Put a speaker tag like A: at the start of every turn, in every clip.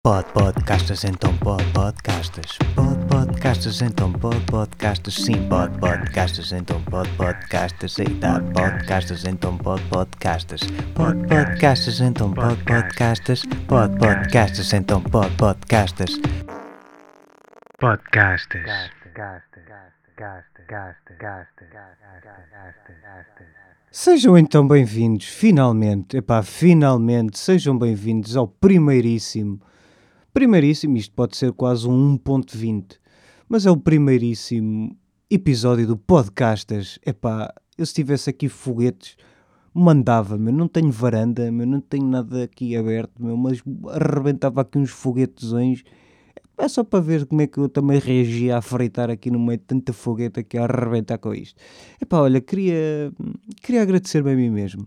A: Podcastas, então podcastas. Podcastas, então podcastas. Sim, podcastas, então podcastas. Eita, podcastas, então podcastas. Podcastas, então podcastas. Podcastas, então podcastas. Podcastas. Sejam então bem-vindos, finalmente, sejam bem-vindos ao primeiríssimo, isto pode ser quase um 1.20, mas é o primeiríssimo episódio do Podcastas. Eu se tivesse aqui foguetes, mandava-me, não tenho varanda, não tenho nada aqui aberto, mas arrebentava aqui uns foguetezões. É só para ver como é que eu também reagia a fritar aqui no meio de tanta fogueta aqui a arrebentar com isto. Olha, queria agradecer-me a mim mesmo.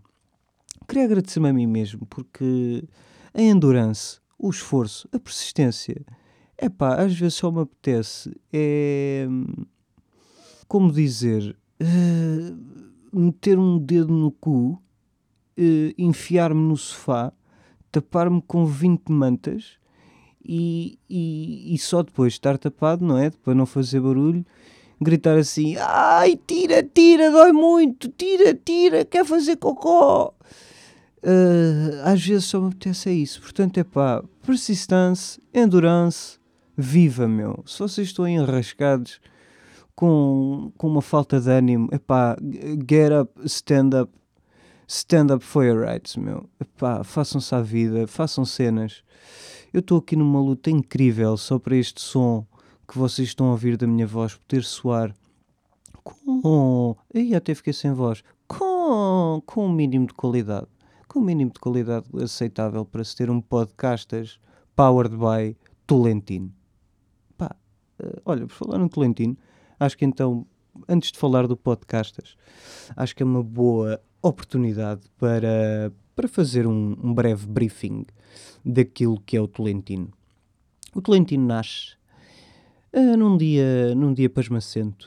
A: Porque a endurance, o esforço, a persistência, às vezes só me apetece, como dizer, meter um dedo no cu, enfiar-me no sofá, tapar-me com 20 mantas e só depois de estar tapado, não é? Para não fazer barulho, gritar assim: ai, tira, dói muito, tira, quer fazer cocó. Às vezes só me apetece isso. Portanto, persistência, endurance, viva, meu. Se vocês estão enrascados com uma falta de ânimo, get up, stand up for your rights, meu. Façam-se à vida, façam cenas. Eu estou aqui numa luta incrível só para este som que vocês estão a ouvir da minha voz poder soar até fiquei sem voz, com um mínimo de qualidade. Com um mínimo de qualidade aceitável para se ter um podcastas powered by Tolentino. Olha, por falar no Tolentino, acho que então, antes de falar do podcastas, acho que é uma boa oportunidade para fazer um breve briefing daquilo que é o Tolentino. O Tolentino nasce num dia pasmacento,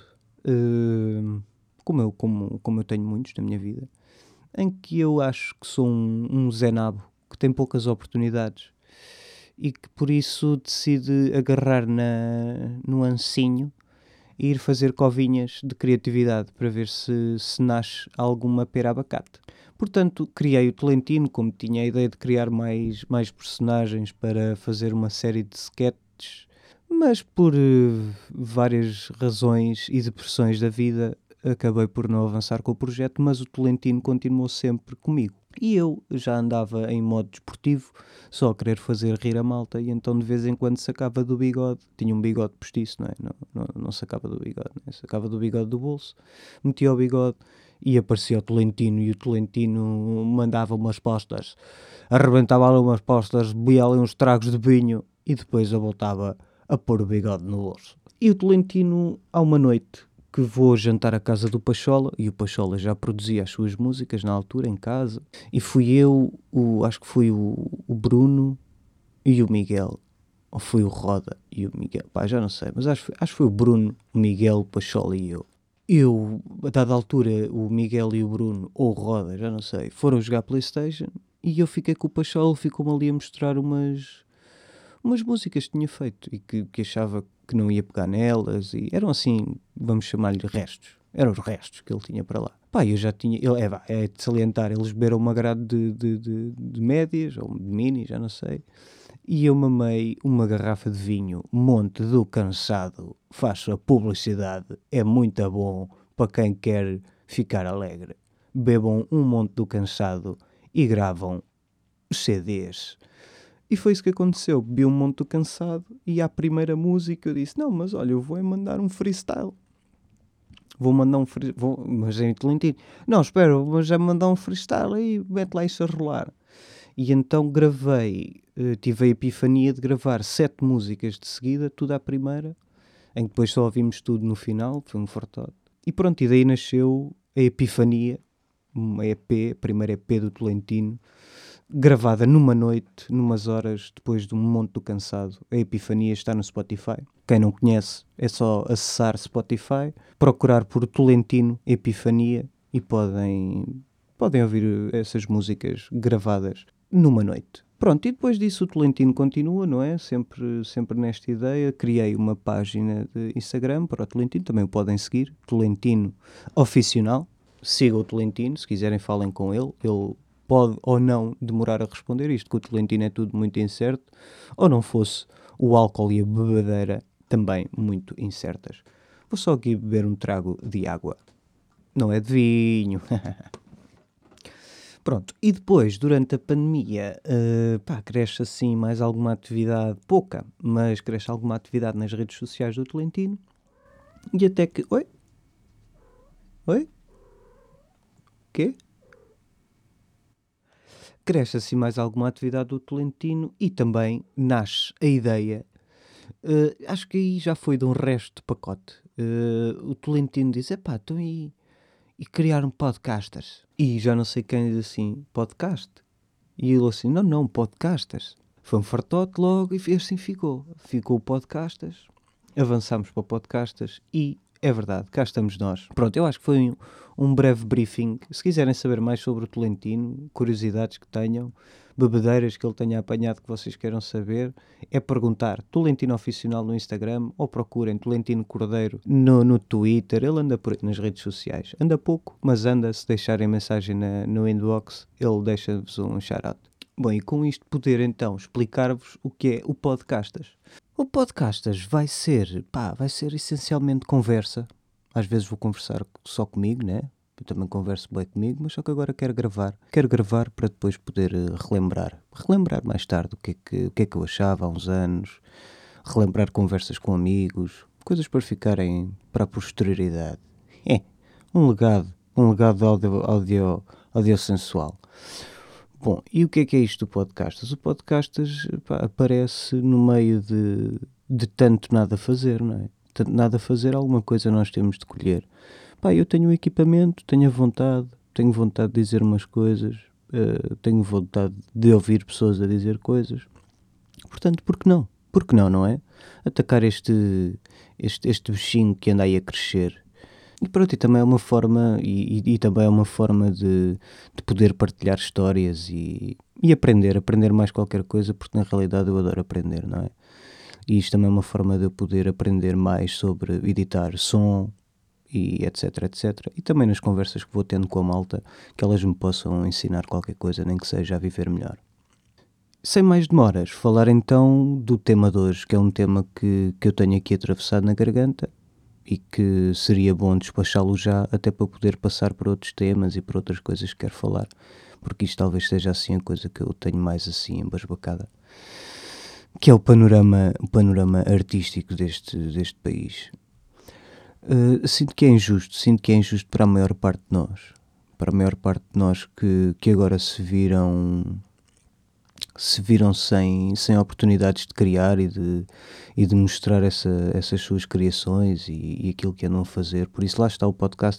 A: como eu tenho muitos na minha vida, em que eu acho que sou um Zé Nabo que tem poucas oportunidades e que por isso decide agarrar no ancinho e ir fazer covinhas de criatividade para ver se nasce alguma pera abacate. Portanto, criei o Tolentino, como tinha a ideia de criar mais personagens para fazer uma série de sketches, mas por várias razões e depressões da vida, acabei por não avançar com o projeto, mas o Tolentino continuou sempre comigo. E eu já andava em modo desportivo, só a querer fazer rir a malta, e então de vez em quando sacava do bigode, tinha um bigode postiço, não é? Não sacava do bigode, não é? Sacava do bigode do bolso, metia o bigode e aparecia o Tolentino, e o Tolentino mandava umas postas, arrebentava ali umas postas, bebia ali uns tragos de vinho e depois eu voltava a pôr o bigode no bolso. E o Tolentino, há uma noite que vou jantar à casa do Pachola, e o Pachola já produzia as suas músicas na altura, em casa, e fui eu, acho que foi o Bruno e o Miguel, ou foi o Roda e o Miguel, já não sei, mas acho que foi o Bruno, o Miguel, o Pachola e eu. A dada altura, o Miguel e o Bruno, ou o Roda, já não sei, foram jogar PlayStation, e eu fiquei com o Pachola, ficou-me ali a mostrar umas músicas que tinha feito e que achava que não ia pegar nelas, e eram assim, vamos chamar-lhe restos. Eram os restos que ele tinha para lá. Eu já tinha, é de salientar, eles beberam uma grade de médias, ou de mini, já não sei, e eu mamei uma garrafa de vinho, Monte do Cansado, faço a publicidade, é muito bom para quem quer ficar alegre. Bebam um Monte do Cansado e gravam CDs. E foi isso que aconteceu. Bebi um monte do cansado e à primeira música eu disse: não, mas olha, eu vou mandar um freestyle. Mas é Tolentino. Não, espera, vou já mandar um freestyle e mete lá isso a rolar. E então gravei, tive a epifania de gravar 7 músicas de seguida, tudo à primeira, em que depois só ouvimos tudo no final, foi um fartote. E pronto, e daí nasceu a epifania, uma EP, a primeira EP do Tolentino, gravada numa noite, numas horas depois de um monte do cansado. A Epifania está no Spotify. Quem não conhece é só acessar Spotify, procurar por Tolentino Epifania e podem ouvir essas músicas gravadas numa noite. Pronto, e depois disso o Tolentino continua, não é? Sempre nesta ideia. Criei uma página de Instagram para o Tolentino, também o podem seguir, Tolentino Oficional. Sigam o Tolentino, se quiserem falem com ele. Ele pode ou não demorar a responder, isto que o Tolentino é tudo muito incerto, ou não fosse o álcool e a bebedeira também muito incertas. Vou só aqui beber um trago de água. Não é de vinho. Pronto, e depois, durante a pandemia, cresce assim mais alguma atividade, pouca, mas cresce alguma atividade nas redes sociais do Tolentino. E até que. Oi? Oi? Quê? Cresce assim mais alguma atividade do Tolentino e também nasce a ideia. Acho que aí já foi de um resto de pacote. O Tolentino diz: epá, então e criar um podcasters? E já não sei quem diz assim: podcast? E ele assim: não, podcasters. Foi um fartote logo e assim ficou. Ficou o podcasters, avançámos para o podcasters e é verdade, cá estamos nós. Pronto, eu acho que foi um breve briefing. Se quiserem saber mais sobre o Tolentino, curiosidades que tenham, bebedeiras que ele tenha apanhado que vocês queiram saber, é perguntar Tolentino Oficial no Instagram ou procurem Tolentino Cordeiro no Twitter. Ele anda por aí nas redes sociais. Anda pouco, mas anda. Se deixarem mensagem no inbox, ele deixa-vos um shout-out. Bom, e com isto poder então explicar-vos o que é o Podcastas. O Podcastas vai ser essencialmente conversa. Às vezes vou conversar só comigo, né? Eu também converso bem comigo, mas só que agora quero gravar. Quero gravar para depois poder relembrar. Relembrar mais tarde o que é que eu achava há uns anos. Relembrar conversas com amigos. Coisas para ficarem para a posterioridade. É, um legado audiosensual. Bom, e o que é isto do Podcastas? O Podcastas aparece no meio de tanto nada a fazer, não é? Tanto nada a fazer, alguma coisa nós temos de colher. Eu tenho o equipamento, tenho a vontade, tenho vontade de dizer umas coisas, tenho vontade de ouvir pessoas a dizer coisas. Portanto, por que não? Por que não, não é? Atacar este bichinho que anda aí a crescer. E pronto, e também é uma forma, e também é uma forma de poder partilhar histórias e aprender mais qualquer coisa, porque na realidade eu adoro aprender, não é? E isto também é uma forma de eu poder aprender mais sobre editar som e etc, etc. E também nas conversas que vou tendo com a malta, que elas me possam ensinar qualquer coisa, nem que seja a viver melhor. Sem mais demoras, falar então do tema de hoje, que é um tema que eu tenho aqui atravessado na garganta e que seria bom despachá-lo já, até para poder passar para outros temas e para outras coisas que quero falar, porque isto talvez seja assim a coisa que eu tenho mais assim embasbacada, que é o panorama artístico deste país. Sinto que é injusto para a maior parte de nós, que agora se viram sem oportunidades de criar e de mostrar essas suas criações e aquilo que andam a fazer. Por isso lá está o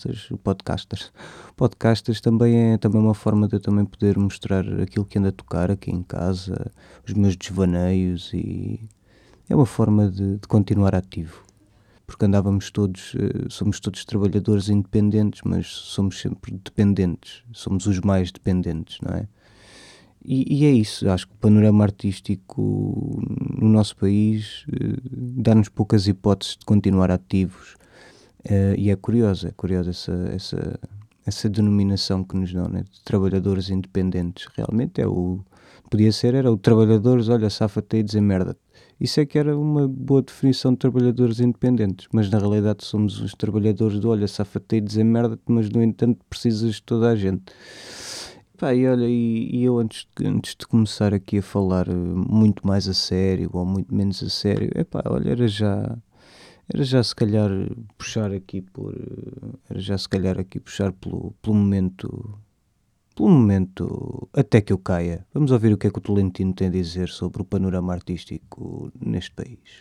A: Podcasters também uma forma de eu também poder mostrar aquilo que ando a tocar aqui em casa, os meus desvaneios, e é uma forma de continuar ativo. Porque somos todos trabalhadores independentes, mas somos sempre dependentes, somos os mais dependentes, não é? E é isso, acho que o panorama artístico no nosso país dá-nos poucas hipóteses de continuar ativos, e é curiosa essa denominação que nos dão, né? De trabalhadores independentes. Realmente era o trabalhadores, olha, safa-te aí, dizer merda. Isso é que era uma boa definição de trabalhadores independentes, mas na realidade somos os trabalhadores do olha, safa-te aí, dizer merda, mas no entanto precisas de toda a gente. E olha, e eu antes de começar aqui a falar muito mais a sério ou muito menos a sério, olha, era já se calhar puxar aqui pelo momento até que eu caia. Vamos ouvir o que é que o Tolentino tem a dizer sobre o panorama artístico neste país.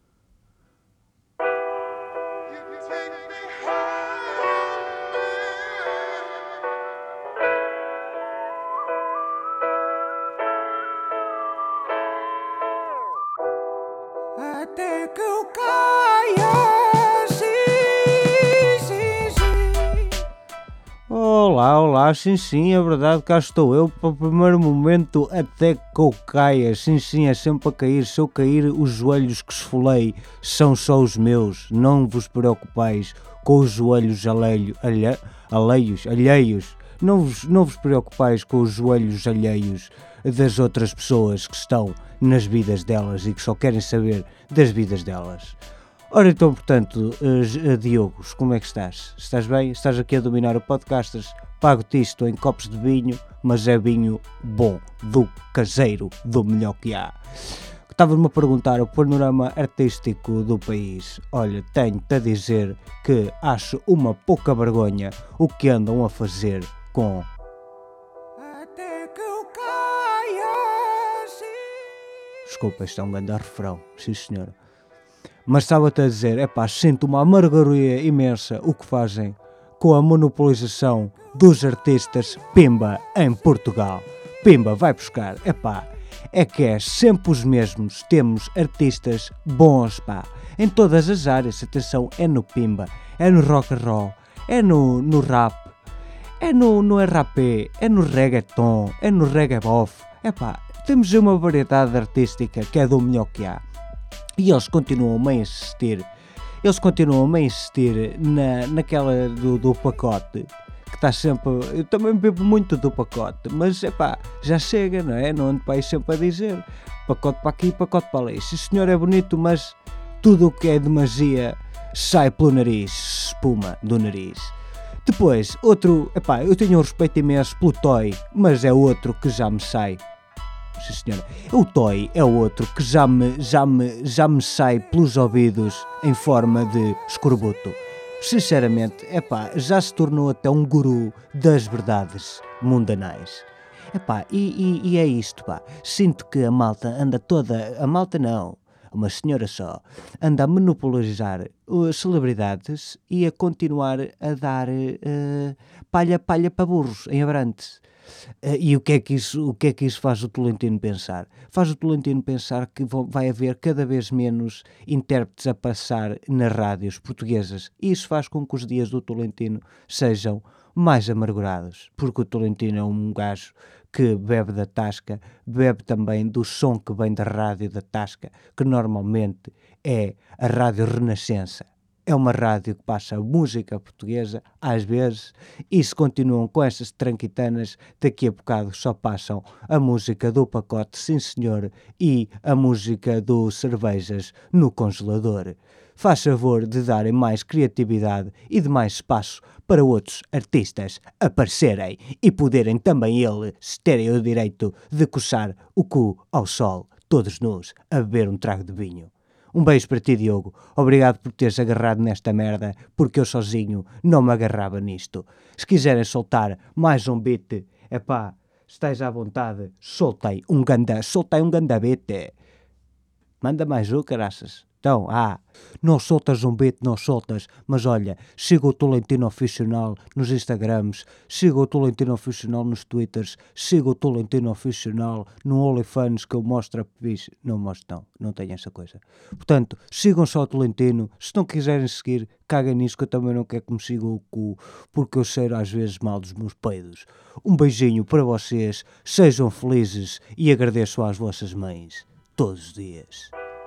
B: Até que eu caia, sim, sim, sim.
A: Olá, olá, sim, é verdade, cá estou eu para o primeiro momento até que eu caia, sim, é sempre a cair, se eu cair os joelhos que esfolei são só os meus, não vos preocupais com os joelhos alheios, não vos preocupais com os joelhos alheios das outras pessoas que estão nas vidas delas e que só querem saber das vidas delas. Ora então, portanto, Diogos, como é que estás? Estás bem? Estás aqui a dominar o podcasters? Pago-te isto em copos de vinho, mas é vinho bom, do caseiro, do melhor que há. Estava-me a perguntar o panorama artístico do país. Olha, tenho-te a dizer que acho uma pouca vergonha o que andam a fazer com...
B: Até que eu caia, sim.
A: Desculpa, isto é um grande refrão, sim senhora. Mas estava-te a dizer, sinto uma amargura imensa o que fazem com a monopolização dos artistas Pimba em Portugal. Pimba, vai buscar, é que é sempre os mesmos, temos artistas bons, em todas as áreas, atenção, é no Pimba, é no rock and roll, é no rap, é no RAP, é no reggaeton, é no reggae bof, temos uma variedade artística que é do melhor que há. E eles continuam a insistir, naquela do pacote, que está sempre, eu também bebo muito do pacote, mas já chega, não é? Não ando para aí sempre a dizer, pacote para aqui, pacote para ali, sim senhor é bonito, mas tudo o que é de magia sai pelo nariz, espuma do nariz. Depois, outro, eu tenho um respeito imenso pelo Toy, mas é outro que já me sai. Sim, senhora. O Toy é outro que já me sai pelos ouvidos em forma de escorbuto. Sinceramente, já se tornou até um guru das verdades mundanais. E é isto, Sinto que a malta anda toda... A malta não, uma senhora só, anda a monopolizar as celebridades e a continuar a dar palha para burros em Abrantes. E o que é que isso faz o Tolentino pensar? Faz o Tolentino pensar que vai haver cada vez menos intérpretes a passar nas rádios portuguesas. E isso faz com que os dias do Tolentino sejam mais amargurados, porque o Tolentino é um gajo que bebe da tasca, bebe também do som que vem da rádio da tasca, que normalmente é a Rádio Renascença. É uma rádio que passa música portuguesa, às vezes, e se continuam com essas tranquitanas, daqui a bocado só passam a música do pacote, sim senhor, e a música do cervejas no congelador. Faz favor de darem mais criatividade e de mais espaço para outros artistas aparecerem e poderem também eles terem o direito de coçar o cu ao sol, todos nus, a beber um trago de vinho. Um beijo para ti, Diogo. Obrigado por teres agarrado nesta merda, porque eu sozinho não me agarrava nisto. Se quiserem soltar mais um beat, esteja à vontade, soltei um ganda beat. Manda mais um, caraças. Então, não soltas um beat, não soltas, mas olha, siga o Tolentino Oficial nos Instagrams, siga o Tolentino Oficial nos Twitters, siga o Tolentino Oficial no OnlyFans que eu mostro a bicho. Não mostro, não tenho essa coisa. Portanto, sigam só o Tolentino, se não quiserem seguir, caguem nisso que eu também não quero que me sigam o cu, porque eu cheiro às vezes mal dos meus peidos. Um beijinho para vocês, sejam felizes e agradeço às vossas mães, todos os dias.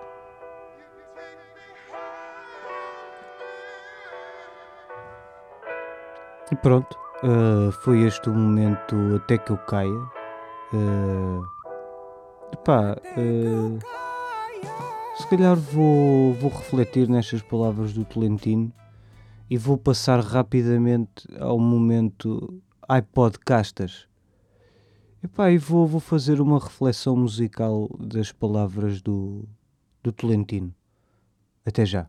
A: E pronto, foi este o momento até que eu caia. Se calhar vou refletir nestas palavras do Tolentino e vou passar rapidamente ao momento iPodcastas. E vou fazer uma reflexão musical das palavras do Tolentino. Até já.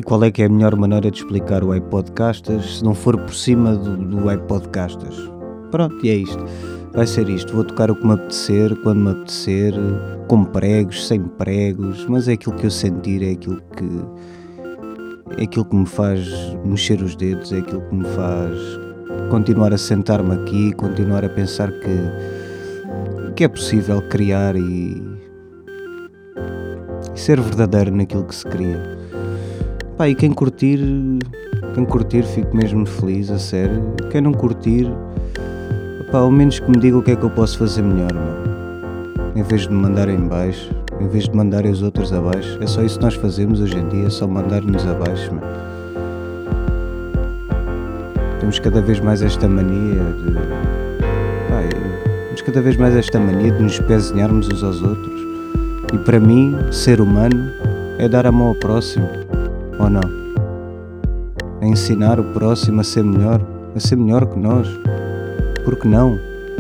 A: E qual é que é a melhor maneira de explicar o iPodcastas se não for por cima do iPodcastas? Pronto, e é isto. Vai ser isto. Vou tocar o que me apetecer, quando me apetecer, com pregos, sem pregos, mas é aquilo que eu sentir, é aquilo que me faz mexer os dedos, é aquilo que me faz continuar a sentar-me aqui, continuar a pensar que é possível criar e ser verdadeiro naquilo que se cria. Pá, e quem curtir, fico mesmo feliz, a sério. Quem não curtir, pá, ao menos que me diga o que é que eu posso fazer melhor, meu. Em vez de me mandarem em baixo, em vez de mandarem os outros abaixo. É só isso que nós fazemos hoje em dia, é só mandar-nos abaixo, meu. Temos cada vez mais esta mania de nos pezinharmos uns aos outros. E para mim, ser humano é dar a mão ao próximo, ou não? É ensinar o próximo a ser melhor que nós. Por que não?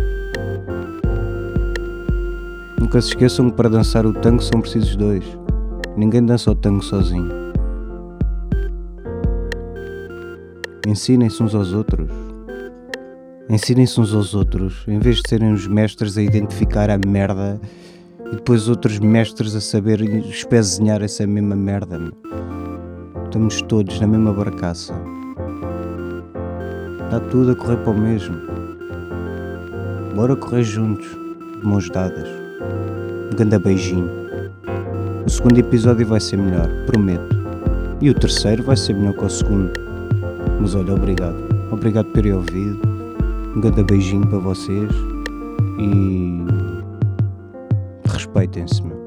A: Nunca se esqueçam que para dançar o tango são precisos dois. Ninguém dança o tango sozinho. Ensinem-se uns aos outros. Ensinem-se uns aos outros, em vez de serem os mestres a identificar a merda e depois outros mestres a saber espezinhar essa mesma merda. Estamos todos na mesma barcaça. Está tudo a correr para o mesmo. Bora correr juntos, de mãos dadas. Um grande beijinho. O segundo episódio vai ser melhor, prometo. E o terceiro vai ser melhor que o segundo. Mas olha, obrigado. Obrigado por terem ouvido. Um grande beijinho para vocês. E respeitem-se, meu.